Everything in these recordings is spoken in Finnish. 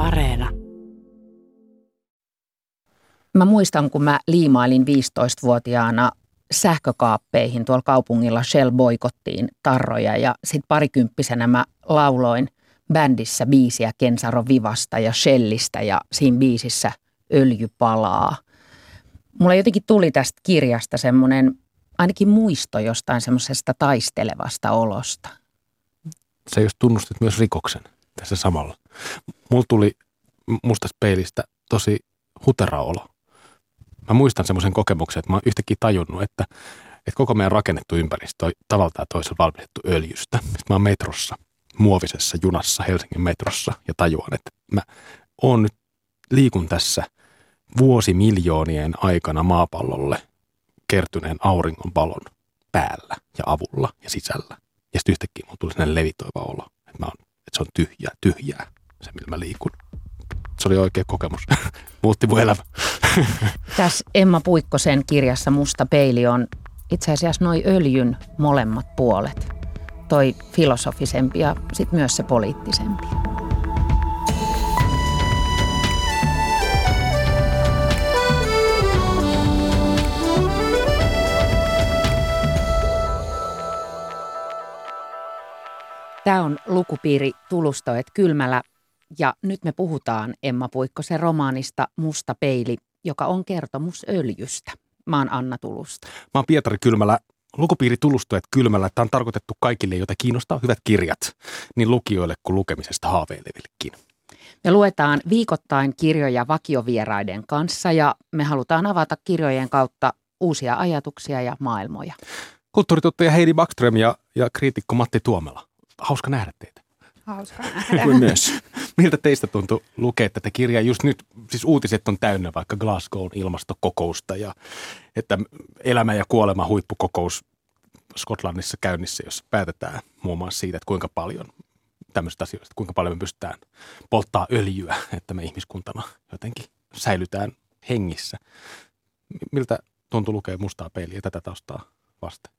Areena. Mä muistan, kun mä liimailin 15-vuotiaana sähkökaappeihin tuolla kaupungilla. Shell boikottiin tarroja ja sit parikymppisenä mä lauloin bändissä biisiä Kensaro Vivasta ja Shellistä ja siinä biisissä Öljy palaa. Mulla jotenkin tuli tästä kirjasta semmoinen ainakin muisto jostain semmoisesta taistelevasta olosta. Sä just tunnustit myös rikoksen tässä samalla. Mulla tuli mustasta peilistä tosi hutera olo. Mä muistan semmoisen kokemuksen, että mä oon yhtäkkiä tajunnut, että koko meidän rakennettu ympäristö on tavalla tai toisella valmistettu öljystä. Sitten mä oon metrossa, muovisessa junassa Helsingin metrossa ja tajuan, että mä liikun tässä vuosimiljoonien aikana maapallolle kertyneen auringonvalon päällä ja avulla ja sisällä. Ja sitten yhtäkkiä mulla tuli sellainen levitoiva olo, että se on tyhjää, se millä mä liikun. Se oli oikea kokemus. Muutti mun elämä. Tässä Emma Puikkosen kirjassa Musta peili on itse asiassa noi öljyn molemmat puolet. Toi filosofisempi ja sitten myös se poliittisempi. Tämä on lukupiiri Tulustoet kylmällä ja nyt me puhutaan Emma Puikkosen romaanista Musta peili, joka on kertomus öljystä. Mä oon Anna Tulusta. Mä oon Pietari Kylmälä. Lukupiiri Tulustoet kylmällä. Tämä on tarkoitettu kaikille, joita kiinnostaa hyvät kirjat, niin lukijoille kuin lukemisesta haaveilevillekin. Me luetaan viikoittain kirjoja vakiovieraiden kanssa ja me halutaan avata kirjojen kautta uusia ajatuksia ja maailmoja. Kulttuurituottaja Heidi Backström ja kriitikko Matti Tuomela. Hauska nähdä teitä. Hauska nähdä. Kuin myös. Miltä teistä tuntui lukea tätä kirjaa? Just nyt siis uutiset on täynnä vaikka Glasgown ilmastokokousta ja että elämä ja kuolema huippukokous Skotlannissa käynnissä, jossa päätetään muun muassa siitä, että kuinka paljon tämmöistä asioista, kuinka paljon me pystytään polttaa öljyä, että me ihmiskuntana jotenkin säilytään hengissä. Miltä tuntui lukea Mustaa peiliä tätä taustaa vasten?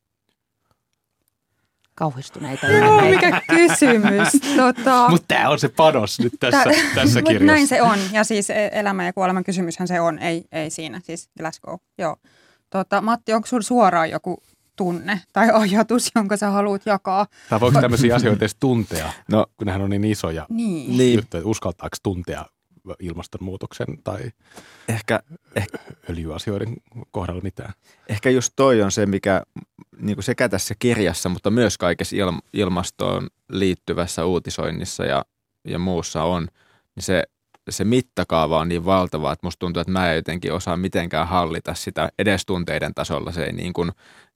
Kauhistuneita. Mikä kysymys. Mutta tämä on se panos nyt tässä kirjassa. Näin se on. Ja siis elämän ja kuoleman kysymyshän se on, ei siinä. Siis Glasgow. Joo. Matti, onko sinulla suoraan joku tunne tai ajatus, jonka sä haluat jakaa? Tai voiko tämmöisiä asioita edes tuntea, kun nehän on niin isoja juttuja, että uskaltaako tuntea ilmastonmuutoksen tai ehkä öljyasioiden kohdalla mitään? Ehkä just toi on se, mikä niin kuin sekä tässä kirjassa, mutta myös kaikessa ilmastoon liittyvässä uutisoinnissa ja muussa on, niin se mittakaava on niin valtava, että musta tuntuu, että mä en jotenkin osaa mitenkään hallita sitä edes tunteiden tasolla. Se ei niin kuin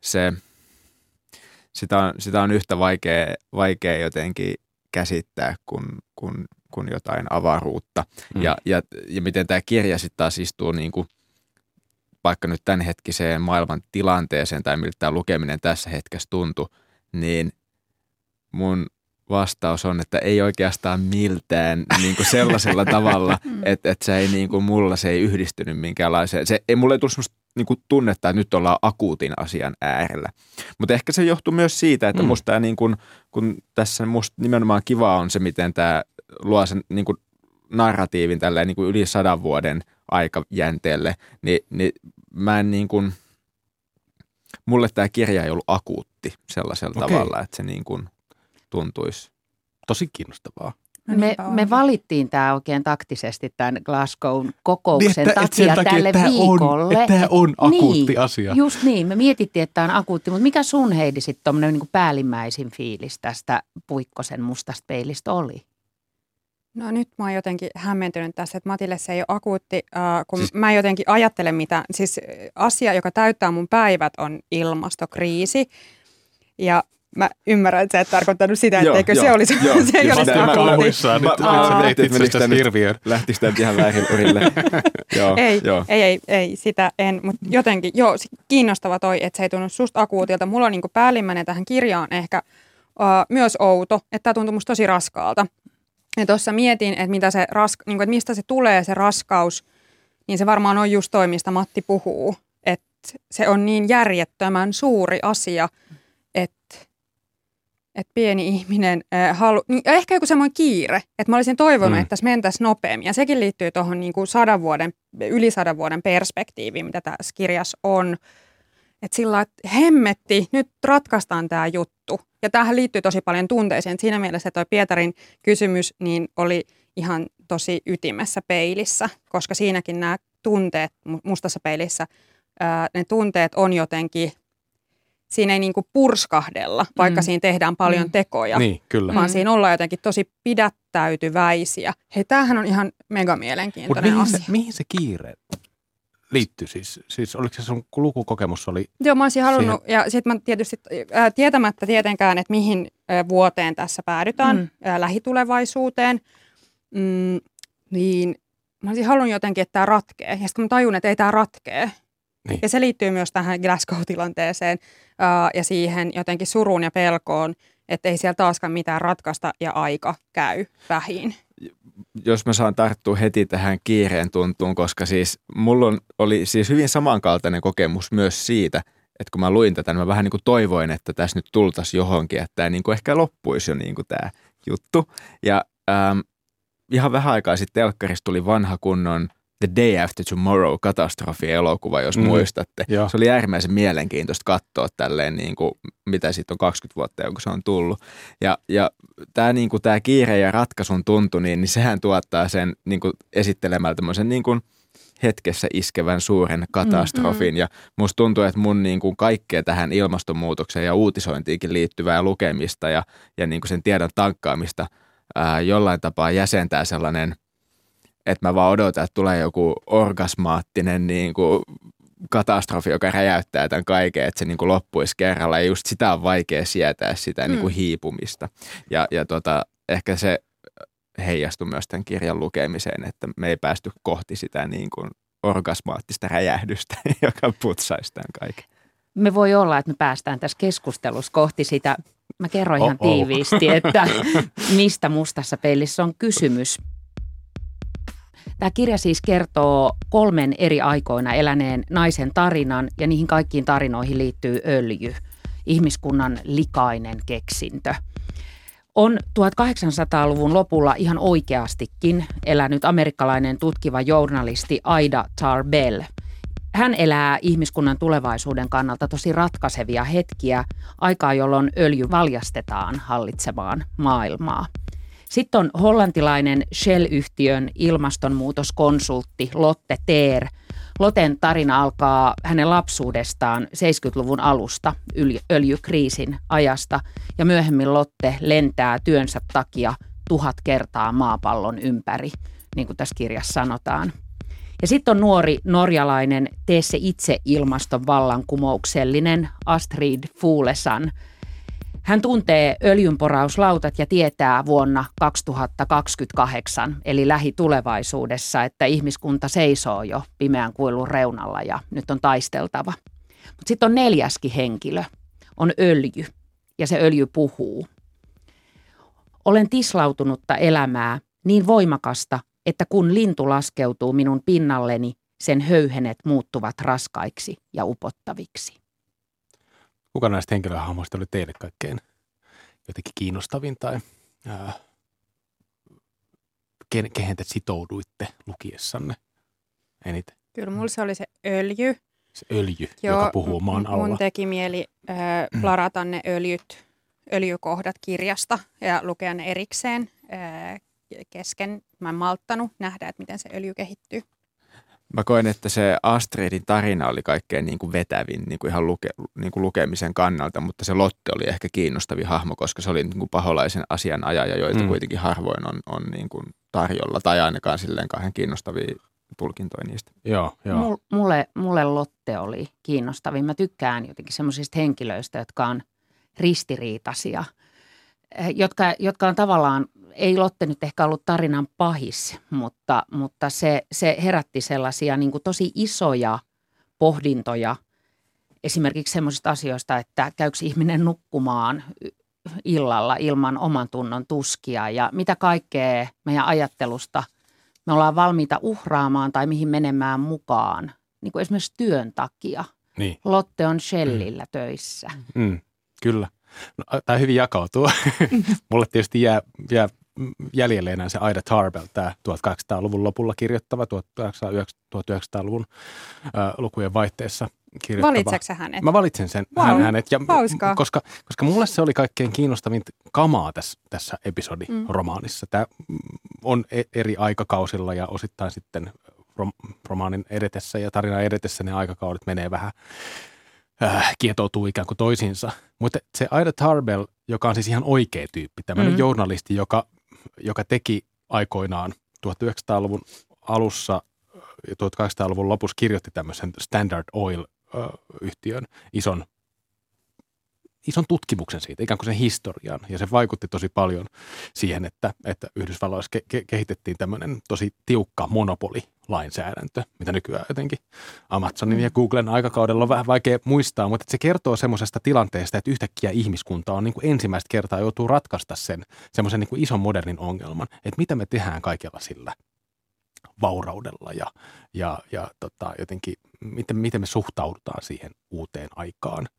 sitä on yhtä vaikea jotenkin käsittää kuin jotain avaruutta. Ja miten tämä kirja sitten taas istuu niin kuin vaikka nyt tämänhetkiseen maailman tilanteeseen tai miltä tämä lukeminen tässä hetkessä tuntui, niin mun vastaus on, että ei oikeastaan miltään niin kuin sellaisella tavalla, että se ei niin kuin mulla se ei yhdistynyt minkäänlaiseen. Mulle ei tullut semmoista niin kuin tunnetta, että nyt ollaan akuutin asian äärellä. Mutta ehkä se johtuu myös siitä, että musta tämä niin kuin, kun tässä musta nimenomaan kivaa on se, miten tämä luo sen niin kuin narratiivin tälleen niin kuin yli 100 vuoden aikajänteelle, niin mä en niin kuin, mulle tämä kirja ei ollut akuutti sellaisella tavalla, että se niin kuin tuntuisi tosi kiinnostavaa. Me valittiin tämä oikein taktisesti tämän Glasgown kokouksen takia tälle viikolle. Tämä on akuutti asia. Just niin, me mietittiin, että tämä on akuutti, mutta mikä sun Heidi sitten tuommoinen niin kuin päällimmäisin fiilis tästä Puikkosen Mustasta peilistä oli? No nyt mä oon jotenkin hämmentynyt tässä, että Matille se ei ole akuutti, kun siis mä jotenkin ajattelen siis asia, joka täyttää mun päivät on ilmastokriisi ja mä ymmärrän, että sä et tarkoittanut sitä, etteikö se olisi akuutti. Lähtikö tämä ihan lähiurille? Ei, sitä en, mutta jotenkin, kiinnostava toi, että se ei tunnu susta akuutilta. Mulla on niinku päällimmäinen tähän kirjaan ehkä myös outo, että tämä tuntuu musta tosi raskaalta. Ja tuossa mietin, että, että mistä se tulee se raskaus, niin se varmaan on just toi, mistä Matti puhuu. Että se on niin järjettömän suuri asia, että että pieni ihminen niin ehkä joku semmoinen kiire, että mä olisin toivonut, että tässä mentäisiin nopeammin. Ja sekin liittyy tuohon niin kuin yli 100 vuoden perspektiiviin, mitä tässä kirjassa on. Että sillä että hemmetti, nyt ratkaistaan tämä juttu. Ja tämähän liittyy tosi paljon tunteisiin. Et siinä mielessä toi Pietarin kysymys niin oli ihan tosi ytimessä peilissä, koska siinäkin nämä tunteet mustassa peilissä, ne tunteet on jotenkin, siinä ei niinku purskahdella, vaikka siinä tehdään paljon tekoja, niin, kyllä. vaan siinä ollaan jotenkin tosi pidättäytyväisiä. Hei, tämähän on ihan mega mielenkiintoinen asia. Mihin se kiire liittyy siis? Siis oliko se sun lukukokemus oli? Joo, mä olisin halunnut, ja sitten mä tietysti tietämättä tietenkään, että mihin vuoteen tässä päädytään, lähitulevaisuuteen, niin mä olisin halunnut jotenkin, että tämä ratkee. Ja sitten mä tajun, että ei tämä ratkee. Niin. Ja se liittyy myös tähän Glasgow-tilanteeseen ja siihen jotenkin suruun ja pelkoon, että ei siellä taaskaan mitään ratkaista ja aika käy vähin. Jos mä saan tarttua heti tähän kiireen tuntuun, koska siis mulla oli siis hyvin samankaltainen kokemus myös siitä, että kun mä luin tätä, niin mä vähän niin kuin toivoin, että tässä nyt tultaisiin johonkin, että tämä niin kuin ehkä loppuisi jo niin kuin tämä juttu. Ja ihan vähän aikaa sitten telkkarista tuli vanha kunnon The Day After Tomorrow-katastrofi-elokuva, jos muistatte. Ja. Se oli äärimmäisen mielenkiintoista katsoa tälleen, niin kuin, mitä siitä on 20 vuotta, kun se on tullut. Ja tämä niin kuin, kiire ja ratkaisun tuntu, niin sehän tuottaa sen niin kuin esittelemällä tämmöisen niin kuin hetkessä iskevän suuren katastrofin. Ja musta tuntuu, että mun niin kuin kaikkea tähän ilmastonmuutokseen ja uutisointiinkin liittyvää lukemista ja niin kuin sen tiedon tankkaamista jollain tapaa jäsentää sellainen, että mä vaan odotan, että tulee joku orgasmaattinen niin kuin katastrofi, joka räjäyttää tämän kaiken, että se niin kuin loppuisi kerralla. Ja just sitä on vaikea sietää, sitä niin kuin hiipumista. Ja ehkä se heijastui myös tämän kirjan lukemiseen, että me ei päästy kohti sitä niin kuin orgasmaattista räjähdystä, joka putsaisi tämän kaiken. Me voi olla, että me päästään tässä keskustelussa kohti sitä. Mä kerron ihan tiiviisti, että mistä mustassa peilissä on kysymys. Tämä kirja siis kertoo 3 eri aikoina eläneen naisen tarinan ja niihin kaikkiin tarinoihin liittyy öljy, ihmiskunnan likainen keksintö. On 1800-luvun lopulla ihan oikeastikin elänyt amerikkalainen tutkiva journalisti Ida Tarbell. Hän elää ihmiskunnan tulevaisuuden kannalta tosi ratkaisevia hetkiä, aikaa jolloin öljy valjastetaan hallitsemaan maailmaa. Sitten on hollantilainen Shell-yhtiön ilmastonmuutoskonsultti Lotte Teer. Lotten tarina alkaa hänen lapsuudestaan 70-luvun alusta öljykriisin ajasta ja myöhemmin Lotte lentää työnsä takia 1000 kertaa maapallon ympäri, niin kuin tässä kirjassa sanotaan. Ja sitten on nuori norjalainen tee se itse ilmaston vallankumouksellinen Astrid Fuglesang. Hän tuntee öljynporauslautat ja tietää vuonna 2028, eli lähitulevaisuudessa, että ihmiskunta seisoo jo pimeän kuilun reunalla ja nyt on taisteltava. Mutta sitten on 4. henkilö, on öljy, ja se öljy puhuu. Olen tislautunutta elämää, niin voimakasta, että kun lintu laskeutuu minun pinnalleni, sen höyhenet muuttuvat raskaiksi ja upottaviksi. Kuka näistä henkilöhahmoista oli teille kaikkein jotenkin kiinnostavin tai kehen te sitouduitte lukiessanne eniten? Kyllä mulla se oli se öljy. Se öljy, joka puhuu maan alla. Mun teki mieli plarata ne öljykohdat kirjasta ja lukea ne erikseen kesken. Mä en malttanut nähdä, että miten se öljy kehittyy. Mä koen, että se Astridin tarina oli kaikkein niin kuin vetävin niin kuin ihan niin kuin lukemisen kannalta, mutta se Lotte oli ehkä kiinnostavin hahmo, koska se oli niin kuin paholaisen asianajaja, joita kuitenkin harvoin on niin kuin tarjolla, tai ainakaan silleen kauhean kiinnostavia tulkintoja niistä. Joo. Mulle Lotte oli kiinnostavin. Mä tykkään jotenkin semmoisista henkilöistä, jotka on ristiriitaisia, jotka on tavallaan, ei Lotte nyt ehkä ollut tarinan pahis, mutta se herätti sellaisia niin kuin tosi isoja pohdintoja esimerkiksi semmoisista asioista, että käykö ihminen nukkumaan illalla ilman oman tunnon tuskia ja mitä kaikkea meidän ajattelusta me ollaan valmiita uhraamaan tai mihin menemään mukaan, niin kuin esimerkiksi työn takia. Niin. Lotte on Shellillä töissä. Kyllä. No, tämä hyvin jakautuu. Mulle tietysti jää jäljelle enää se Ida Tarbell, tämä 1800-luvun lopulla kirjoittava, 1900-luvun lukujen vaihteessa kirjoittava. Valitseeko sä hänet? Mä valitsen sen hänet, ja koska mulle se oli kaikkein kiinnostavinta kamaa tässä episodiromaanissa. Tämä on eri aikakausilla ja osittain sitten romaanin edetessä ja tarinan edetessä ne aikakaudet menee vähän kietoutuu ikään kuin toisiinsa. Mutta se Ida Tarbell, joka on siis ihan oikea tyyppi, tämmöinen journalisti, joka teki aikoinaan 1900-luvun alussa ja 1800-luvun lopussa kirjoitti tämmöisen Standard Oil-yhtiön ison tutkimuksen siitä, ikään kuin sen historian. Ja se vaikutti tosi paljon siihen, että Yhdysvalloissa kehitettiin tämmöinen tosi tiukka monopolilainsäädäntö, mitä nykyään jotenkin Amazonin ja Googlen aikakaudella on vähän vaikea muistaa, mutta se kertoo semmoisesta tilanteesta, että yhtäkkiä ihmiskunta on niin kuin ensimmäistä kertaa joutuu ratkaista semmoisen niin kuin ison modernin ongelman, että mitä me tehdään kaikella sillä vauraudella ja jotenkin miten me suhtaudutaan siihen uuteen aikaan.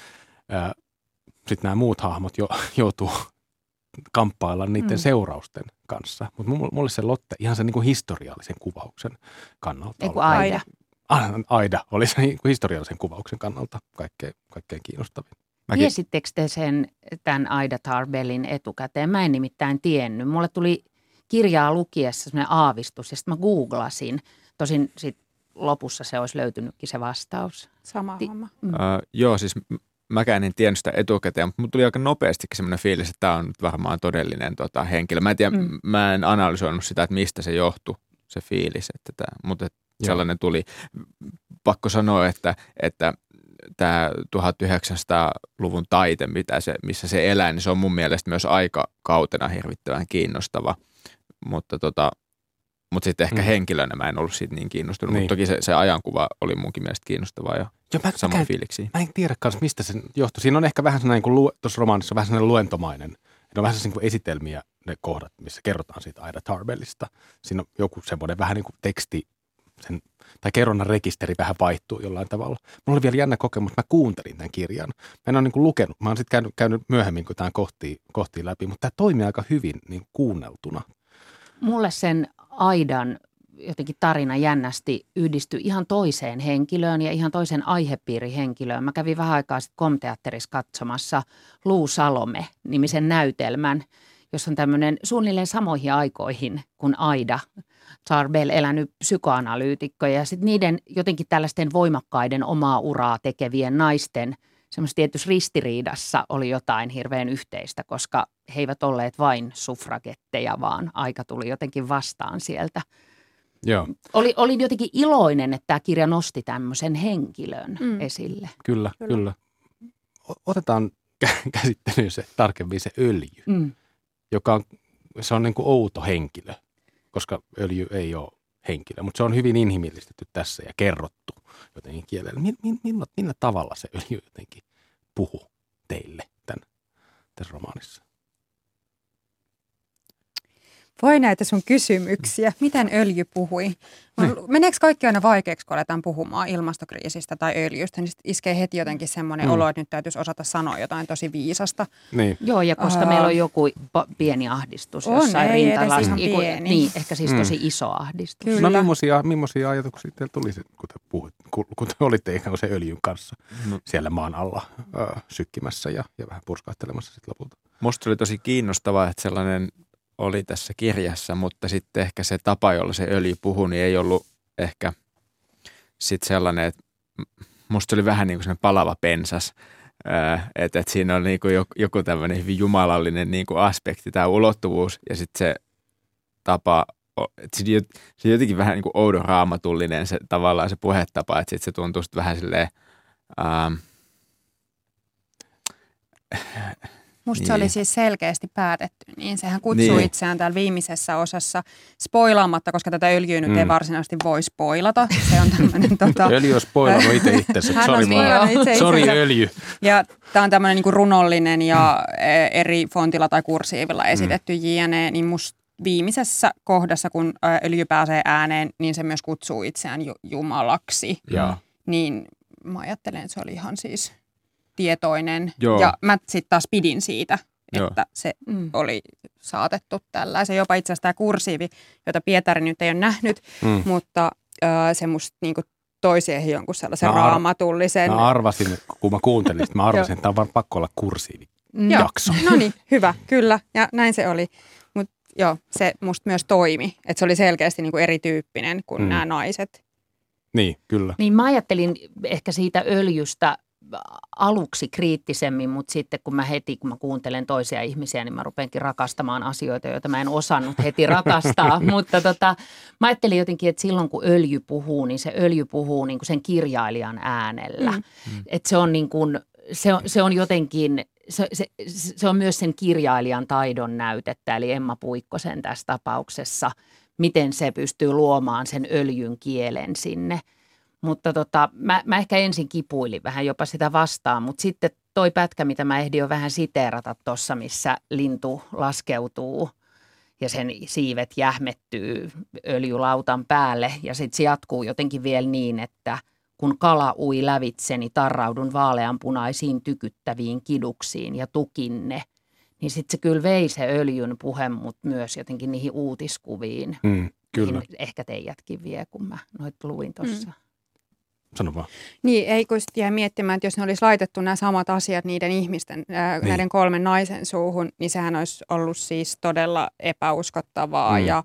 Sitten nämä muut hahmot joutuu kamppailla niiden seurausten kanssa. Mutta mulle se Lotte ihan sen niin kuin historiallisen kuvauksen kannalta. Eiku Aida. Aida oli se niin kuin historiallisen kuvauksen kannalta kaikkein kiinnostavin. Tiesittekö te tämän Ida Tarbellin etukäteen? Mä en nimittäin tiennyt. Mulle tuli kirjaa lukiessa sellainen aavistus ja sitten mä googlasin. Tosin sitten lopussa se olisi löytynytkin se vastaus. Sama homma. Joo, siis mäkään en tiennyt sitä etukäteen, mutta mulla tuli aika nopeastikin semmoinen fiilis, että tämä on nyt varmaan todellinen henkilö. Mä en tiedä, mä en analysoinut sitä, että mistä se johtui, se fiilis, mutta sellainen tuli. Pakko sanoa, että tämä 1900-luvun taite, missä se elää, niin se on mun mielestä myös aikakautena hirvittävän kiinnostava, mutta sitten ehkä henkilönä mä en ollut siitä niin kiinnostunut, mutta toki se ajankuva oli munkin mielestä kiinnostavaa ja samoin fiiliksi. Mä en tiedä kanssa, mistä se johtui. Siinä on ehkä vähän sellainen, kun tuossa romaanissa on vähän sellainen luentomainen. Ne on vähän sellainen kuin esitelmiä ne kohdat, missä kerrotaan siitä Ida Tarbellista. Siinä on joku semmoinen vähän niin kuin teksti, tai kerronnan rekisteri vähän vaihtuu jollain tavalla. Mulla oli vielä jännä kokemus, mä kuuntelin tämän kirjan. Mä en ole niin kuin lukenut, mä oon sitten käynyt myöhemmin, kun tämän kohtiin läpi, mutta tämä toimii aika hyvin niin kuunneltuna. Mulle sen Aidan jotenkin tarina jännästi yhdistyi ihan toiseen henkilöön ja ihan toisen aihepiirihenkilöön. Mä kävin vähän aikaa sitten Komteatterissa katsomassa Lou Salome-nimisen näytelmän, jossa on tämmöinen suunnilleen samoihin aikoihin kuin Ida Tarbell elänyt psykoanalyytikko ja sitten niiden jotenkin tällaisten voimakkaiden omaa uraa tekevien naisten semmoisessa tietyssä ristiriidassa oli jotain hirveän yhteistä, koska he eivät olleet vain suffragetteja, vaan aika tuli jotenkin vastaan sieltä. Joo. Olin jotenkin iloinen, että tämä kirja nosti tämmöisen henkilön esille. Kyllä. Otetaan käsittelyyn se tarkemmin se öljy, joka on niin kuin outo henkilö, koska öljy ei ole henkilö, mutta se on hyvin inhimillistetty tässä ja kerrottu jotenkin kielellä. Millä tavalla se öljy jotenkin puhuu teille tässä romaanissa? Voi näitä sun kysymyksiä. Miten öljy puhui? Meneekö kaikki aina vaikeaksi, kun aletaan puhumaan ilmastokriisistä tai öljystä, niin iskee heti jotenkin semmoinen olo, että nyt täytyisi osata sanoa jotain tosi viisasta. Niin. Joo, ja koska meillä on joku pieni ahdistus jossain rintalassa. Niin, ehkä siis tosi iso ahdistus. Kyllä. No millaisia ajatuksia teillä tuli, kun te olitte ikään kuin sen öljyn kanssa siellä maan alla sykkimässä ja vähän purskahtelemassa sitten lopulta? Musta oli tosi kiinnostavaa, että sellainen oli tässä kirjassa, mutta sitten ehkä se tapa, jolla se öljy puhui, niin ei ollut ehkä sitten sellainen, että musta se oli vähän niin kuin sellainen palava pensas, että siinä on niin kuin joku tämmöinen hyvin jumalallinen niin kuin aspekti, tämä ulottuvuus ja sitten se tapa, että se jotenkin vähän niin kuin oudon raamatullinen se tavallaan se puhetapa, että sitten se tuntuu sitten vähän silleen musta niin. Se oli siis selkeästi päätetty, niin sehän kutsuu itseään täällä viimeisessä osassa spoilaamatta, koska tätä öljyä nyt ei varsinaisesti voi spoilata. Se on tämmöinen Öljy on spoilannut itse itsensä. Sori öljy. Ja tämä on tämmöinen niin runollinen ja eri fontilla tai kursiivilla esitetty jne, niin musta viimeisessä kohdassa, kun öljy pääsee ääneen, niin se myös kutsuu itseään jumalaksi. Ja. Niin mä ajattelen, että se oli ihan siis tietoinen. Joo. Ja mä sitten taas pidin siitä, Joo. että se oli saatettu tällaisen. Jopa itse asiassa tämä kursiivi, jota Pietari nyt ei ole nähnyt, mutta se musta niinku toi siihen jonkun sellaisen raamatullisen. Mä arvasin, kun mä kuuntelin, että että tämä on vaan pakko olla kursiivi jakso. No niin, hyvä, kyllä. Ja näin se oli. Mutta joo, se musta myös toimi. Että se oli selkeästi niinku erityyppinen kuin nämä naiset. Niin, kyllä. Niin mä ajattelin ehkä siitä öljystä aluksi kriittisemmin, mutta sitten kun mä kuuntelen toisia ihmisiä, niin mä rupeankin rakastamaan asioita, joita mä en osannut heti rakastaa. Mutta mä ajattelin jotenkin, että silloin kun öljy puhuu, niin se öljy puhuu niin kuin sen kirjailijan äänellä. Että se on niin kuin, se on jotenkin, se on myös sen kirjailijan taidon näytettä, eli Emma Puikkosen tässä tapauksessa, miten se pystyy luomaan sen öljyn kielen sinne. Mutta mä ehkä ensin kipuilin vähän jopa sitä vastaan, mutta sitten toi pätkä, mitä mä ehdin jo vähän siteerata tuossa, missä lintu laskeutuu ja sen siivet jähmettyy öljylautan päälle. Ja sitten se jatkuu jotenkin vielä niin, että kun kala ui lävitseni, tarraudun vaaleanpunaisiin tykyttäviin kiduksiin ja tukinne. Niin sitten se kyllä vei se öljyn puhe, mutta myös jotenkin niihin uutiskuviin. Kyllä. Ehkä teijätkin vie, kun mä noit luin tuossa. Sano vaan. Niin, ei kun sitten jää miettimään, että jos ne olisi laitettu nämä samat asiat niiden ihmisten, näiden 3 naisen suuhun, niin sehän olisi ollut siis todella epäuskottavaa ja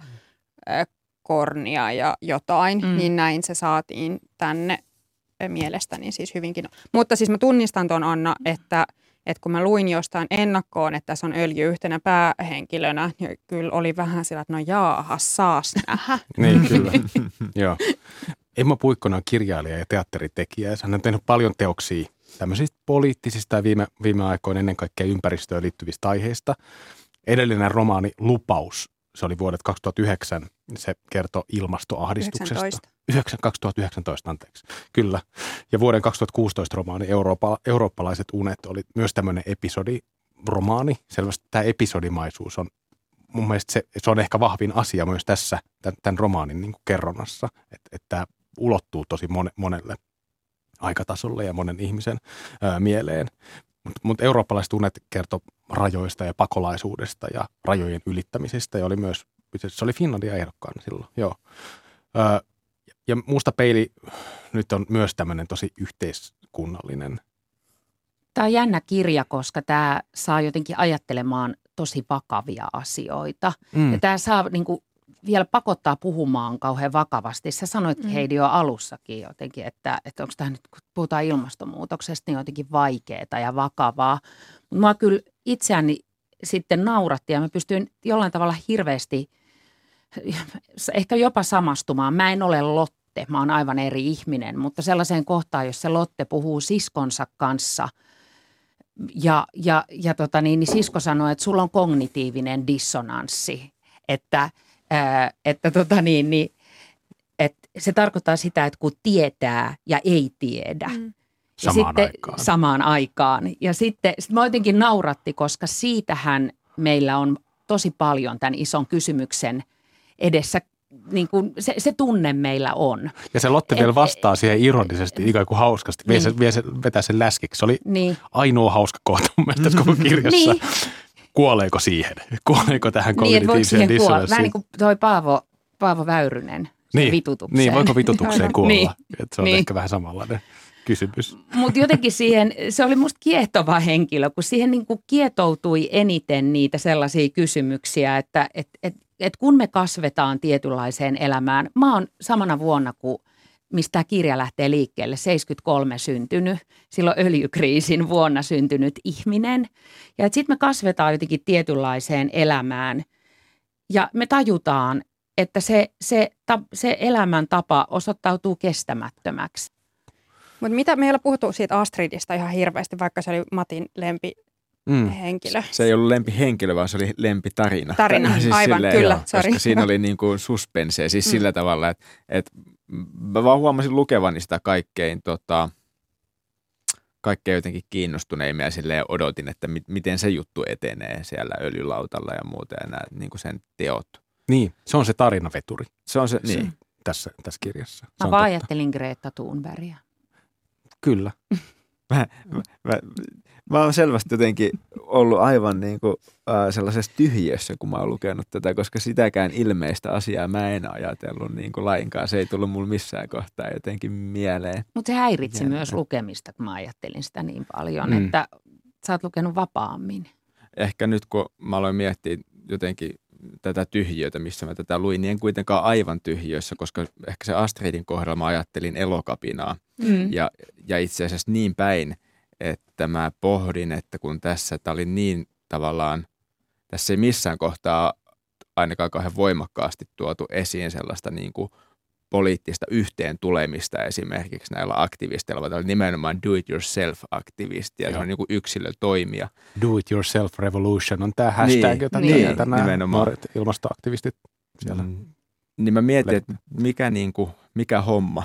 kornia ja jotain. Niin näin se saatiin tänne mielestäni siis hyvinkin. Mutta siis mä tunnistan tuon, Anna, että kun mä luin jostain ennakkoon, että tässä on öljy yhtenä päähenkilönä, niin kyllä oli vähän sillä, että no jaaha, saas nähdä. Niin, kyllä. Joo. Emma Puikkonen on kirjailija ja teatteritekijä. Hän on tehnyt paljon teoksia tämmöisistä poliittisista ja viime aikoina ennen kaikkea ympäristöön liittyvistä aiheista. Edellinen romaani Lupaus, se oli vuodet 2009, se kertoo ilmastoahdistuksesta. 2019, anteeksi. Kyllä. Ja vuoden 2016 romaani Eurooppalaiset unet oli myös tämmöinen episodiromaani. Selvästi tämä episodimaisuus on mun mielestä se on ehkä vahvin asia myös tässä tämän romaanin niin kuin kerronnassa, että tämä ulottuu tosi monelle aikatasolle ja monen ihmisen mieleen. Mutta eurooppalaiset unet kertoi rajoista ja pakolaisuudesta ja rajojen ylittämisestä ja oli myös, se oli Finlandia ehdokkaana silloin, joo. Ja Musta peili nyt on myös tämmöinen tosi yhteiskunnallinen. Tämä on jännä kirja, koska tämä saa jotenkin ajattelemaan tosi vakavia asioita. Ja tämä saa niin kuin vielä pakottaa puhumaan kauhean vakavasti. Sä sanoitkin Heidi jo alussakin jotenkin, että onko tämä nyt, kun puhutaan ilmastonmuutoksesta, niin jotenkin vaikeaa ja vakavaa. Mutta mua kyllä itseäni sitten nauratti ja mä pystyin jollain tavalla hirveästi ehkä jopa samastumaan. Mä en ole Lotte, mä oon aivan eri ihminen, mutta sellaiseen kohtaan, jos se Lotte puhuu siskonsa kanssa niin sisko sanoi, että sulla on kognitiivinen dissonanssi, että se tarkoittaa sitä, että kun tietää ja ei tiedä. Ja samaan aikaan. Ja sitten mä jotenkin nauratti, koska siitähän meillä on tosi paljon tämän ison kysymyksen edessä. Niin kuin se tunne meillä on. Ja se Lotte vielä vastaa siihen ironisesti, ikään kuin hauskasti. Vetää sen läskiksi. Se oli ainoa hauska kohta mun mielestä koko kirjassa. Niin. Kuoleeko siihen? Kuoleeko tähän kognitiiviseen dissonanssiin? Vähän niin kuin toi Paavo Väyrynen vitutukseen. Niin, voiko vitutukseen kuolla? Niin. Se on ehkä vähän samanlainen kysymys. Mutta jotenkin siihen, se oli musta kiehtova henkilö, kun siihen niin kuin kietoutui eniten niitä sellaisia kysymyksiä, että kun me kasvetaan tietynlaiseen elämään, mä oon samana vuonna, mistä tämä kirja lähtee liikkeelle, 73 syntynyt, silloin öljykriisin vuonna syntynyt ihminen. Ja sitten me kasvetaan jotenkin tietynlaiseen elämään ja me tajutaan, että se elämäntapa osoittautuu kestämättömäksi. Mutta mitä meillä puhuttu siitä Astridista ihan hirveästi, vaikka se oli Matin lempihenkilö? Se ei ollut lempihenkilö, vaan se oli lempitarina. Siis aivan, silleen, kyllä. Koska siinä oli niin kuin suspense, siis sillä tavalla, että mä vaan huomasin lukevani sitä kaikkein jotenkin kiinnostuneimmin ja silleen odotin, että miten se juttu etenee siellä öljylautalla ja muuta ja nämä niin kuin sen teot. Niin, se on se tarinaveturi. Se on se, niin. Tässä kirjassa. Mä vaan ajattelin Greta Thunbergia. Kyllä. Mä oon selvästi jotenkin ollut aivan niin kuin, sellaisessa tyhjössä, kun mä oon lukenut tätä, koska sitäkään ilmeistä asiaa mä en ajatellut niin kuin lainkaan. Se ei tullut mulle missään kohtaa jotenkin mieleen. Mutta se häiritsi myös lukemista, kun mä ajattelin sitä niin paljon, että sä oot lukenut vapaammin. Ehkä nyt, kun mä aloin miettiä jotenkin tätä tyhjiötä, missä mä tätä luin, niin en kuitenkaan aivan tyhjiössä, koska ehkä se Astridin kohdalla mä ajattelin elokapinaa. Ja itse asiassa niin päin, että mä pohdin, että kun tässä tämä oli niin tavallaan, tässä ei missään kohtaa ainakaan kauhean voimakkaasti tuotu esiin sellaista niin kuin poliittista yhteen tulemista esimerkiksi näillä aktivisteilla, vaan tämä oli nimenomaan do-it-yourself-aktivisti, ja se on niin kuin yksilötoimija. Do-it-yourself revolution on tämä hashtag, jota nämä nuoret ilmastoaktivistit siellä. Niin mä mietin, että mikä homma.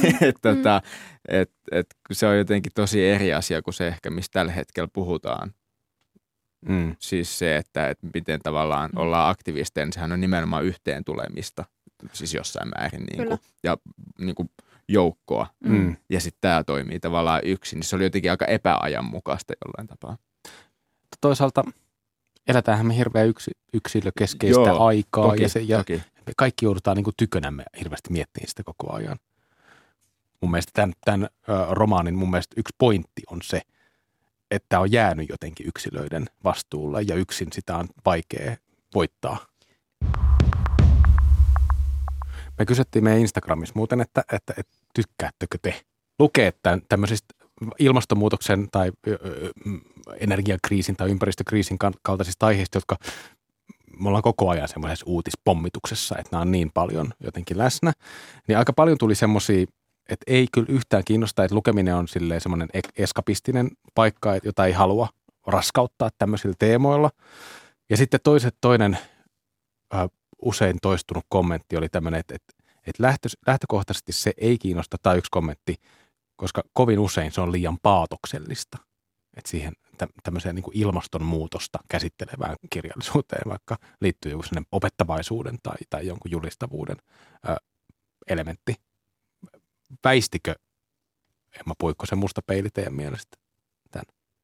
Se on jotenkin tosi eri asia kuin se ehkä, mistä tällä hetkellä puhutaan. Siis se, että miten tavallaan ollaan aktivisteja, niin sehän on nimenomaan yhteen tulemista, siis jossain määrin ja niin kuin joukkoa. Ja sitten tämä toimii tavallaan yksin, niin se oli jotenkin aika epäajanmukaista jollain tapaa. Toisaalta elätäänhän me hirveän yksilökeskeistä aikaa toki, ja me kaikki joudutaan niin kuin tykönämme hirveästi miettimään sitä koko ajan. Mun mielestä tämän romaanin yksi pointti on se, että on jäänyt jotenkin yksilöiden vastuulle ja yksin sitä on vaikea voittaa. Me kysyttiin meidän Instagramissa muuten, että tykkäättekö te lukea tämmöisistä ilmastonmuutoksen tai energiakriisin tai ympäristökriisin kaltaisista aiheista, jotka me ollaan koko ajan semmoisessa uutispommituksessa, että nämä on niin paljon jotenkin läsnä. Niin aika paljon tuli semmoisia, että ei kyllä yhtään kiinnosta, että lukeminen on silleen semmoinen eskapistinen paikka, jota ei halua raskauttaa tämmöisillä teemoilla. Ja sitten toinen usein toistunut kommentti oli tämmöinen, että lähtökohtaisesti se ei kiinnosta, tai yksi kommentti, koska kovin usein se on liian paatoksellista. Että siihen tämmöiseen niin kuin ilmastonmuutosta käsittelevään kirjallisuuteen vaikka liittyy joku sellainen opettavaisuuden tai jonkun julistavuuden elementti. Väistikö Emma Puikkosen musta peili teidän mielestä tämän?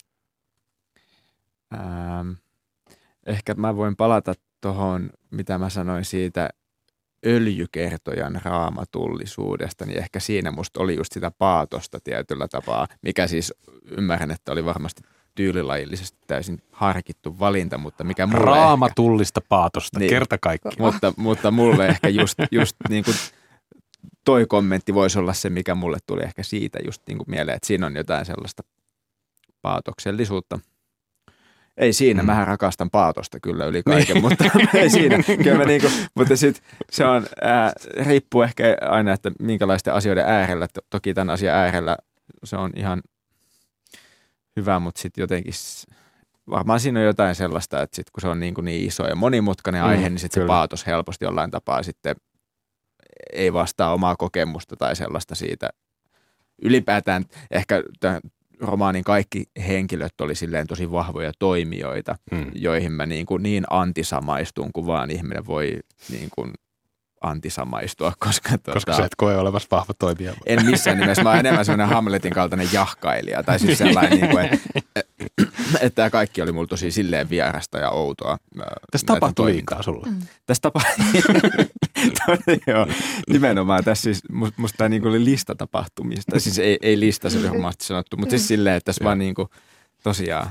Ehkä mä voin palata tuohon, mitä mä sanoin siitä öljykertojan raamatullisuudesta, niin ehkä siinä musta oli just sitä paatosta tietyllä tapaa, mikä siis ymmärrän, että oli varmasti tyylilajillisesti täysin harkittu valinta, mutta mikä mulle raamatullista paatosta, niin, kerta kaikki. Mutta mulle ehkä just niin kuin toi kommentti voisi olla se, mikä mulle tuli ehkä siitä just niin kuin mieleen, että siinä on jotain sellaista paatoksellisuutta. Ei siinä, mähän rakastan paatosta kyllä yli kaiken, mutta ei siinä. Kyllä mutta sitten se on, riippuu ehkä aina, että minkälaisten asioiden äärellä. Toki tämän asian äärellä se on ihan hyvä, mutta sitten jotenkin varmaan siinä on jotain sellaista, että sit kun se on niin iso ja monimutkainen aihe, niin sitten se paatos helposti jollain tapaa sitten ei vastaa omaa kokemusta tai sellaista siitä. Ylipäätään ehkä romaanin kaikki henkilöt oli silleen tosi vahvoja toimijoita, joihin mä niin antisamaistun, kuin vaan ihminen voi niin kuin antisamaistua, koska sä et koe olevasi vahva toimija. En missään nimessä. Mä oon enemmän sellainen Hamletin kaltainen jahkailija, tai siis sellainen, niin kuin, että tämä kaikki oli mulla tosi silleen vierasta ja outoa. Tässä tapahtui liikaa sulla. Tässä tapahtui. Joo, nimenomaan tässä siis musta tämä niin oli lista tapahtumista. Siis ei lista, se oli hommaasti sanottu, mutta siis silleen, että tässä vaan niin kuin, tosiaan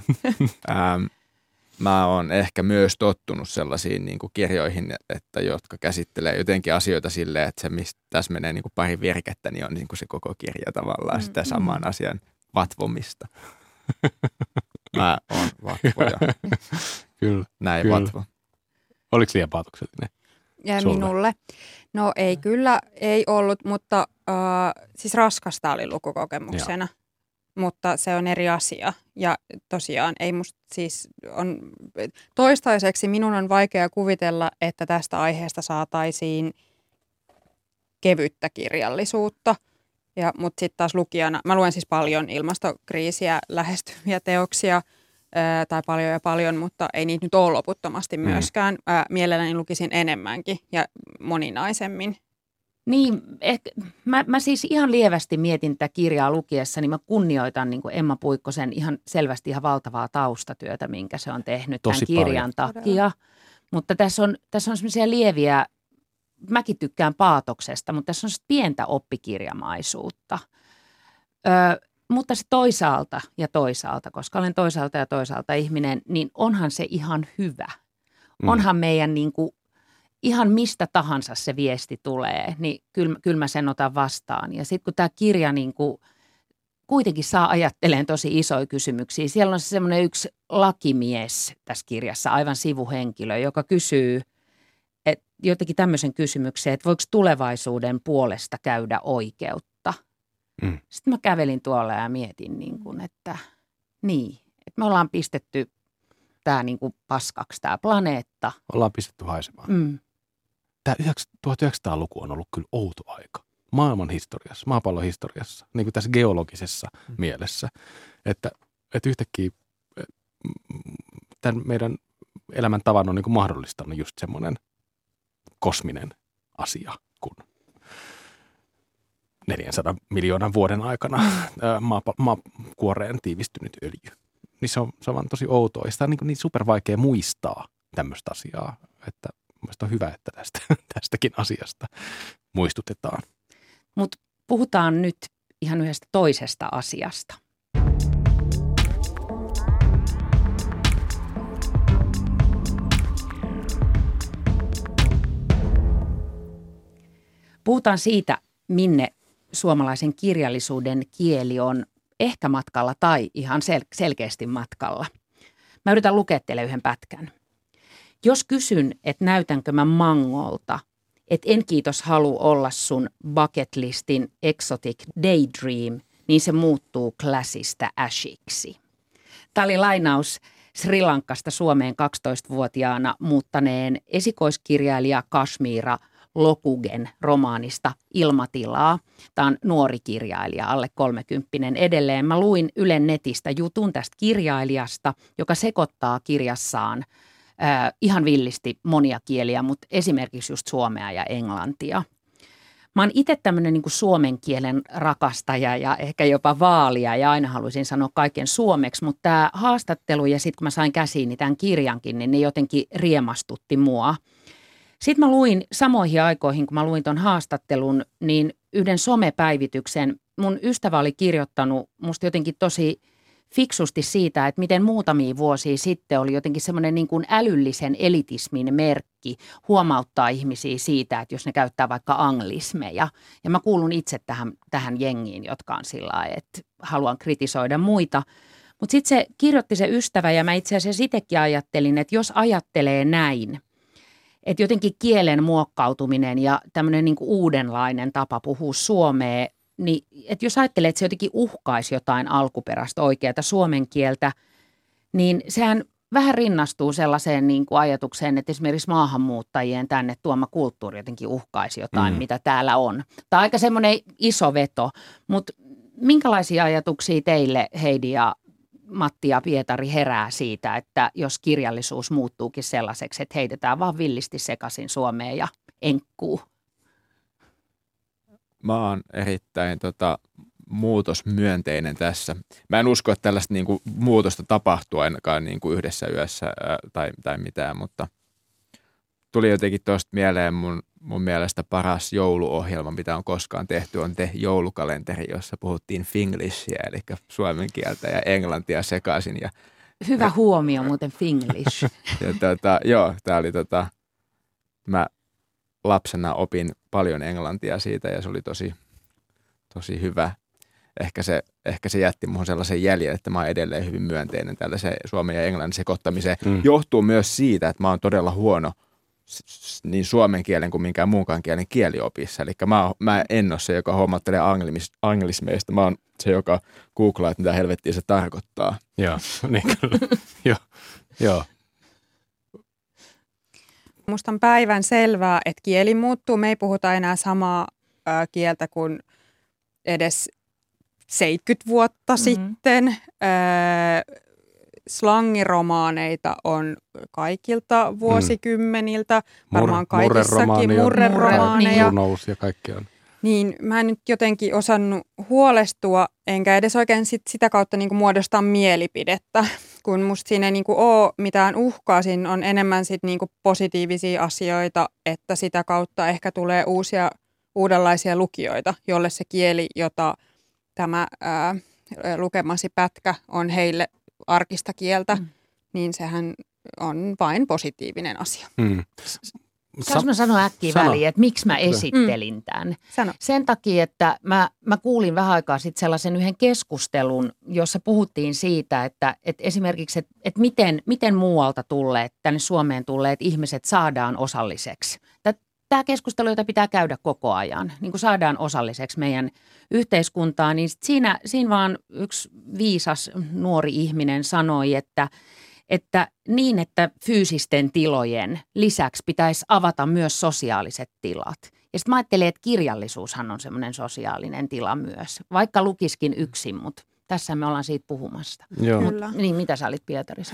mä oon ehkä myös tottunut sellaisiin niin kuin kirjoihin, että jotka käsittelee jotenkin asioita silleen, että se mistä tässä menee niin kuin pari virkettä, niin on niin kuin se koko kirja tavallaan sitä saman asian vatvomista. Mä oon vatvoja. Kyllä. Näin vatvo. Oliko liian paatoksellinen? Ja minulle? No ei kyllä, ei ollut, mutta siis raskasta oli lukukokemuksena. Joo. Mutta se on eri asia. Ja tosiaan ei musta siis on, toistaiseksi minun on vaikea kuvitella, että tästä aiheesta saataisiin kevyttä kirjallisuutta. Mutta sitten taas lukijana, mä luen siis paljon ilmastokriisiä lähestyviä teoksia, tai paljon, mutta ei niitä nyt ole loputtomasti myöskään. Mielelläni lukisin enemmänkin ja moninaisemmin. Niin, mä siis ihan lievästi mietin tätä kirjaa lukiessa, niin mä kunnioitan niin kuin Emma Puikkosen ihan selvästi ihan valtavaa taustatyötä, minkä se on tehnyt Tosi tämän kirjan takia. Mutta tässä on semmoisia lieviä, mäkin tykkään paatoksesta, mutta tässä on pientä oppikirjamaisuutta. Mutta se toisaalta, koska olen toisaalta ihminen, niin onhan se ihan hyvä. Onhan meidän niin kuin, ihan mistä tahansa se viesti tulee, niin kyllä mä sen otan vastaan. Ja sitten kun tämä kirja niin kuin kuitenkin saa ajattelemaan tosi isoja kysymyksiä. Siellä on semmoinen yksi lakimies tässä kirjassa, aivan sivuhenkilö, joka kysyy jotenkin tämmöisen kysymyksen, että voiko tulevaisuuden puolesta käydä oikeutta. Sitten mä kävelin tuolla ja mietin, niin kuin, että me ollaan pistetty tämä niin kuin paskaksi tämä planeetta. Ollaan pistetty haisemaan. Tämä 1900-luku on ollut kyllä outo aika. Maailman historiassa, maapallon historiassa, niin kuin tässä geologisessa mielessä, että yhtäkkiä tämän meidän elämäntavan on niin kuin mahdollistanut just semmoinen kosminen asia, kun 400 miljoonan vuoden aikana maakuoreen tiivistynyt öljy. Niin se on vaan tosi outoa. Ja sitä on niin super vaikea muistaa tämmöistä asiaa, että mielestäni on hyvä, että tästäkin asiasta muistutetaan. Mutta puhutaan nyt ihan yhdestä toisesta asiasta. Puhutaan siitä, minne suomalaisen kirjallisuuden kieli on ehkä matkalla tai ihan selkeästi matkalla. Mä yritän lukea teille yhden pätkän. Jos kysyn, että näytänkö mä mangolta, että en kiitos halua olla sun bucket listin exotic daydream, niin se muuttuu classista ashiksi. Tämä oli lainaus Sri Lankasta Suomeen 12-vuotiaana muuttaneen esikoiskirjailija Kashmira Lokugen romaanista Ilmatilaa. Tämä on nuori kirjailija, alle 30. Edelleen mä luin Ylen netistä jutun tästä kirjailijasta, joka sekoittaa kirjassaan ihan villisti monia kieliä, mutta esimerkiksi just suomea ja englantia. Mä oon itse tämmöinen niin kuin suomen kielen rakastaja ja ehkä jopa vaalija ja aina haluaisin sanoa kaiken suomeksi, mutta tämä haastattelu ja sitten kun mä sain käsiini tämän kirjankin, niin ne jotenkin riemastutti mua. Sitten mä luin samoihin aikoihin, kun mä luin ton haastattelun, niin yhden somepäivityksen. Mun ystävä oli kirjoittanut musta jotenkin tosi fiksusti siitä, että miten muutamia vuosia sitten oli jotenkin semmoinen niin kuin älyllisen elitismin merkki huomauttaa ihmisiä siitä, että jos ne käyttää vaikka anglismeja. Ja mä kuulun itse tähän jengiin, jotka on sillä lailla, että haluan kritisoida muita. Mutta sitten se kirjoitti se ystävä ja mä itse asiassa itsekin ajattelin, että jos ajattelee näin, että jotenkin kielen muokkautuminen ja tämmöinen niin kuin uudenlainen tapa puhua suomea, niin että jos ajattelee, että se jotenkin uhkaisi jotain alkuperäistä oikeata suomen kieltä, niin sehän vähän rinnastuu sellaiseen niin kuin ajatukseen, että esimerkiksi maahanmuuttajien tänne tuoma kulttuuri jotenkin uhkaisi jotain, mitä täällä on. Tämä on aika semmoinen iso veto, mutta minkälaisia ajatuksia teille, Heidi ja Matti ja Pietari, herää siitä, että jos kirjallisuus muuttuukin sellaiseksi, että heitetään vaan villisti sekaisin suomeen ja enkkuu? Mä oon erittäin muutosmyönteinen tässä. Mä en usko, että tällaista niinku muutosta tapahtuu ainakaan niinku yhdessä yössä tai mitään, mutta tuli jotenkin tuosta mieleen mun mielestä paras jouluohjelma, mitä on koskaan tehty, on joulukalenteri, jossa puhuttiin finglishia, eli suomen kieltä ja englantia sekaisin. Hyvä huomio muuten finglish. Joo, tää oli mä lapsena opin paljon englantia siitä ja se oli tosi hyvä. Ehkä se jätti muhun sellaisen jäljen, että mä oon edelleen hyvin myönteinen tällaiseen suomen ja englannin sekoittamiseen. Johtuu myös siitä, että mä oon todella huono niin suomen kielen kuin minkään muunkaan kielen kieliopissa. Eli mä en ole se, joka hommattelee anglismeista. Mä oon se, joka googlaa, että mitä helvettiä se tarkoittaa. Joo, niin kyllä. Joo. Musta on päivän selvää, että kieli muuttuu. Me ei puhuta enää samaa kieltä kuin edes 70 vuotta sitten. slangiromaaneita on kaikilta vuosikymmeniltä, varmaan kaikissakin murreromaaneja. Runous ja kaikki on. Niin mä en nyt jotenkin osannut huolestua, enkä edes oikein sitä kautta niin kuin muodostaa mielipidettä, kun musta siinä ei niin kuin ole mitään uhkaa, siinä on enemmän sit niin kuin positiivisia asioita, että sitä kautta ehkä tulee uudenlaisia lukijoita, jolle se kieli, jota tämä lukemasi pätkä on heille arkista kieltä, niin sehän on vain positiivinen asia. Saanko mä sanoa äkkiä väliin, että miksi mä esittelin tämän? Sano. Sen takia, että mä kuulin vähän aikaa sitten sellaisen yhden keskustelun, jossa puhuttiin siitä, että esimerkiksi, että miten muualta tulleet, tänne Suomeen tulleet ihmiset saadaan osalliseksi. Tämä keskustelu, jota pitää käydä koko ajan, niin kuin saadaan osalliseksi meidän yhteiskuntaan, niin siinä vaan yksi viisas nuori ihminen sanoi, että niin, että fyysisten tilojen lisäksi pitäisi avata myös sosiaaliset tilat. Ja sitten mä ajattelin, että kirjallisuushan on semmoinen sosiaalinen tila myös, vaikka lukiskin yksin, mutta tässä me ollaan siitä puhumasta. Joo. Niin, mitä sä olit, Pietari,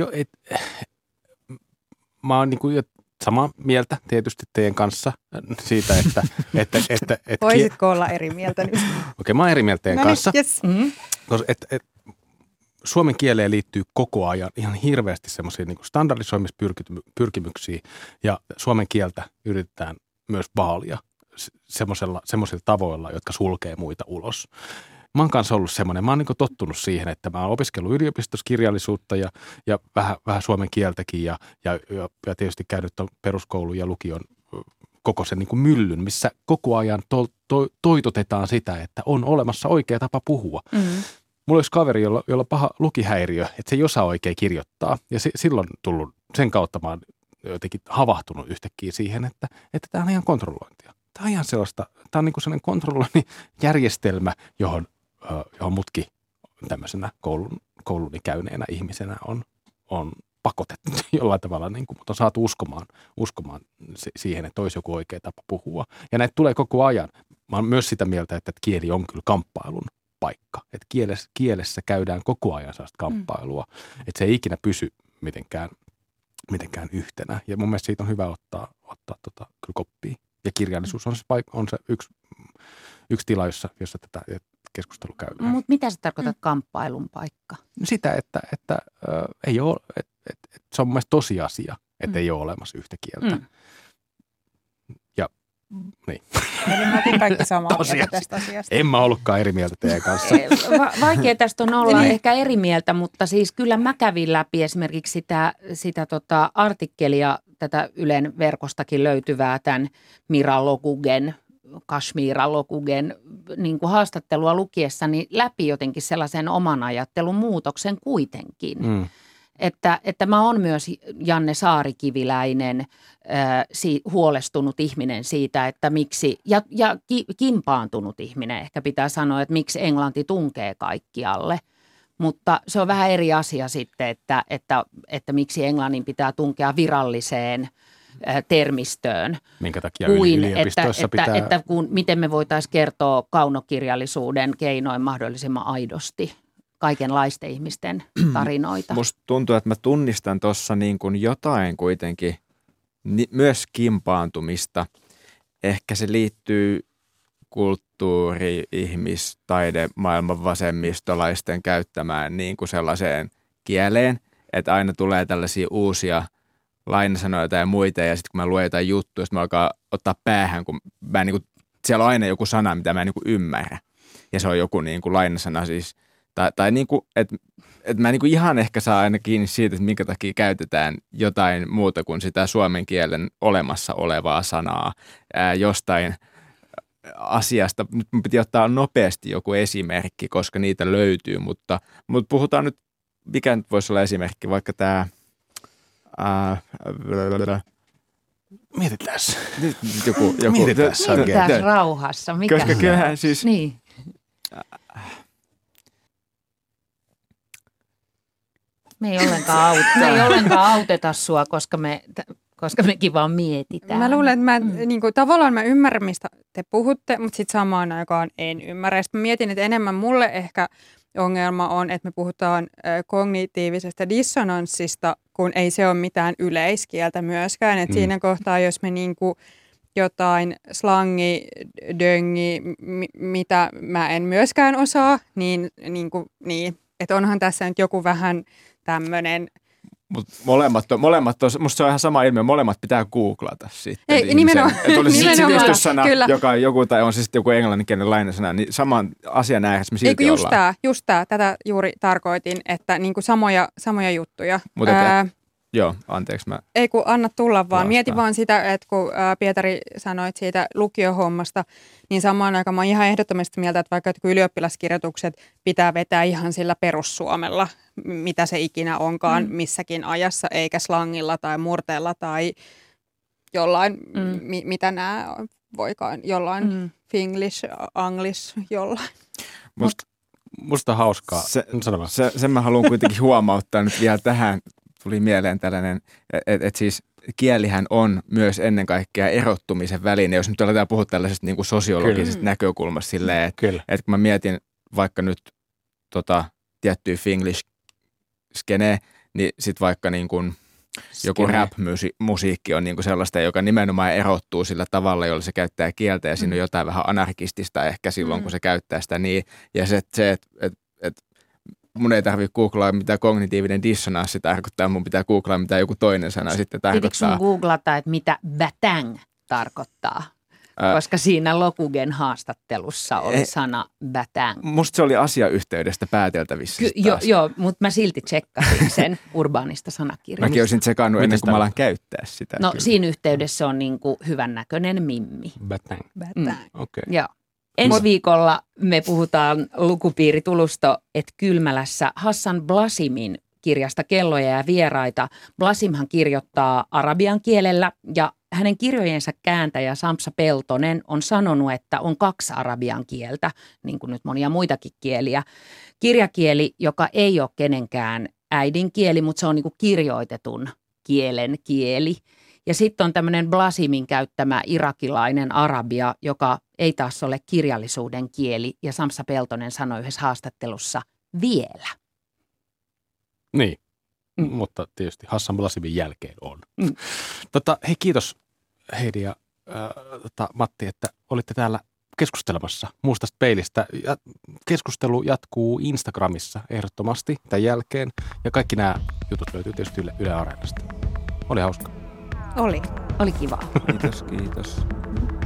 mä oon niinku samaa mieltä tietysti teidän kanssa siitä, että voisitko olla eri mieltä nyt? Okei, mä oon eri mieltä teidän kanssa. Yes. Koska suomen kieleen liittyy koko ajan ihan hirveästi semmoisia niin standardisoimispyrkimyksiä ja suomen kieltä yritetään myös vaalia semmoisilla tavoilla, jotka sulkee muita ulos. Mä oon kanssa ollut semmoinen, mä oon niin tottunut siihen, että mä oon opiskellut yliopistossa kirjallisuutta ja vähän suomen kieltäkin ja tietysti käynyt peruskoulun ja lukion koko sen niin kuin myllyn, missä koko ajan toitotetaan sitä, että on olemassa oikea tapa puhua. Mm-hmm. Mulla olisi kaveri, jolla paha lukihäiriö, että se ei osaa oikein kirjoittaa. Ja silloin tullut, sen kautta mä oon jotenkin havahtunut yhtäkkiä siihen, että tämä on ihan kontrollointia. Tämä on ihan sellaista, tämä on niin kuin sellainen kontrollointijärjestelmä, johon mutkin tämmöisenä kouluni käyneenä ihmisenä on pakotettu jollain tavalla, niin kuin, mutta on saatu uskomaan siihen, että olisi joku oikea tapa puhua. Ja näitä tulee koko ajan. Mä oon myös sitä mieltä, että kieli on kyllä kamppailun paikka. Että kielessä käydään koko ajan sellaista kamppailua, että se ei ikinä pysy mitenkään yhtenä. Ja mun mielestä siitä on hyvä ottaa kyllä koppia. Ja kirjallisuus on se yksi tila, jossa tätä keskustelua käydään. Mutta mitä sä tarkoitat kamppailun paikka? Sitä, että ei ole, että se on mun mielestä tosiasia, että ei ole olemassa yhtä kieltä. Ja niin. Eli mä otin kaikki samaa mieltä tästä asiasta. En mä ollutkaan eri mieltä teidän kanssa. Vaikea tästä on olla ehkä eri mieltä, mutta siis kyllä mä kävin läpi esimerkiksi sitä artikkelia, tätä Ylen verkostakin löytyvää tämän Kashmira Lokugen niin kuin haastattelua lukiessani läpi jotenkin sellaisen oman ajattelun muutoksen kuitenkin. Että mä oon myös Janne Saarikiviläinen huolestunut ihminen siitä, että miksi, ja kimpaantunut ihminen ehkä pitää sanoa, että miksi Englanti tunkee kaikkialle. Mutta se on vähän eri asia sitten, että miksi Englannin pitää tunkea viralliseen termistöön. Minkä takia kuin yliopistoissa pitää... miten me voitaisiin kertoa kaunokirjallisuuden keinoin mahdollisimman aidosti kaikenlaisten ihmisten tarinoita. Musta tuntuu, että mä tunnistan tuossa niin kuin jotain kuitenkin, myös kimpaantumista. Ehkä se liittyy kulttuuri-, ihmis-, taidemaailman vasemmistolaisten käyttämään niin kuin sellaiseen kieleen, että aina tulee tällaisia uusia lainasanoja ja muita, ja sitten kun mä luen jotain juttuja, sitten mä alkaa ottaa päähän, kun mä niin kuin, siellä on aina joku sana, mitä mä en niin kuin ymmärrä. Ja se on joku niin kuin lainasana siis, tai niin kuin, että mä niin kuin ihan ehkä saa aina kiinni siitä, että minkä takia käytetään jotain muuta kuin sitä suomen kielen olemassa olevaa sanaa jostain asiasta. Nyt mun piti ottaa nopeasti joku esimerkki, koska niitä löytyy, mutta puhutaan nyt, mikä nyt voisi olla esimerkki, vaikka tämä... Mietitään. Joku. Mietitään rauhassa. Mikä koska kyllähän siis... Niin. Me ei ollenkaan auteta sua, koska mekin vaan mietitään. Mä luulen, että tavallaan mä ymmärrän, mistä te puhutte, mutta sitten samaan aikaan en ymmärrä. Sitten mä mietin, että enemmän mulle ehkä ongelma on, että me puhutaan kognitiivisesta dissonanssista, kun ei se ole mitään yleiskieltä myöskään. Et siinä kohtaa, jos me niinku jotain slangi, döngi, mitä mä en myöskään osaa, niin, että onhan tässä nyt joku vähän tämmöinen. Mutta musta se on ihan sama ilmiö, molemmat pitää googlata sitten. Ei, nimenomaan. Että olisi sitten sivistyssana, joka on joku, tai on se sitten joku englanninkielinen lainasana, niin saman asian ääressä me silti ollaan. Just tämä, tätä juuri tarkoitin, että niinku samoja juttuja. Joo, anteeksi mä. Ei kun anna tulla vaan. Mieti vaan sitä, että kun Pietari sanoit siitä lukiohommasta, niin samaan aikaan mä oon ihan ehdottomasti mieltä, että vaikka ylioppilaskirjoitukset pitää vetää ihan sillä perussuomella, mitä se ikinä onkaan missäkin ajassa, eikä slangilla tai murteella tai jollain, mitä nämä voikaan, jollain finglish, anglish, jollain. Musta hauskaa. Sen mä haluan kuitenkin huomauttaa nyt vielä tähän. Tuli mieleen tällainen, että siis kielihän on myös ennen kaikkea erottumisen väline. Jos nyt aletaan puhua tällaisesta niin kuin sosiologisesta näkökulmasta silleen, että kun mä mietin vaikka nyt tiettyä Finglish-skeneä, niin sitten vaikka niin kuin joku rap-musiikki on niin kuin sellaista, joka nimenomaan erottuu sillä tavalla, jolla se käyttää kieltä ja siinä on jotain vähän anarkistista ehkä silloin, kun se käyttää sitä niin. Ja se että mun ei tarvitse googlaa, mitä kognitiivinen dissonanssi tarkoittaa, mun pitää googlaa, mitä joku toinen sana sitten tarkoittaa. Pitikö sun googlata, että mitä batang tarkoittaa? Koska siinä Lokugen haastattelussa oli sana batang. Musta se oli asiayhteydestä pääteltävissä. Joo, mutta mä silti tsekkasin sen urbaanista sanakirjasta. Mäkin olisin tsekannut ennen kuin mä alan käyttää sitä. No kyllä. Siinä yhteydessä on niinku hyvännäköinen mimmi. Batang. Okay. Joo. Ensi viikolla me puhutaan lukupiiritulusto, että Kylmälässä Hassan Blasimin kirjasta Kelloja ja vieraita. Blasimhan kirjoittaa arabian kielellä ja hänen kirjojensa kääntäjä Sampsa Peltonen on sanonut, että on 2 arabian kieltä, niin kuin nyt monia muitakin kieliä. Kirjakieli, joka ei ole kenenkään äidinkieli, mutta se on niin kuin kirjoitetun kielen kieli. Ja sitten on tämmöinen Blasimin käyttämä irakilainen arabia, joka ei taas ole kirjallisuuden kieli. Ja Sampsa Peltonen sanoi yhdessä haastattelussa vielä. Niin, mutta tietysti Hassan Blasimin jälkeen on. Hei, kiitos Heidi ja Matti, että olitte täällä keskustelemassa Mustasta peilistä. Ja keskustelu jatkuu Instagramissa ehdottomasti tämän jälkeen. Ja kaikki nämä jutut löytyy tietysti Yle Areenasta. Oli hauska. Oli kiva. Kiitos.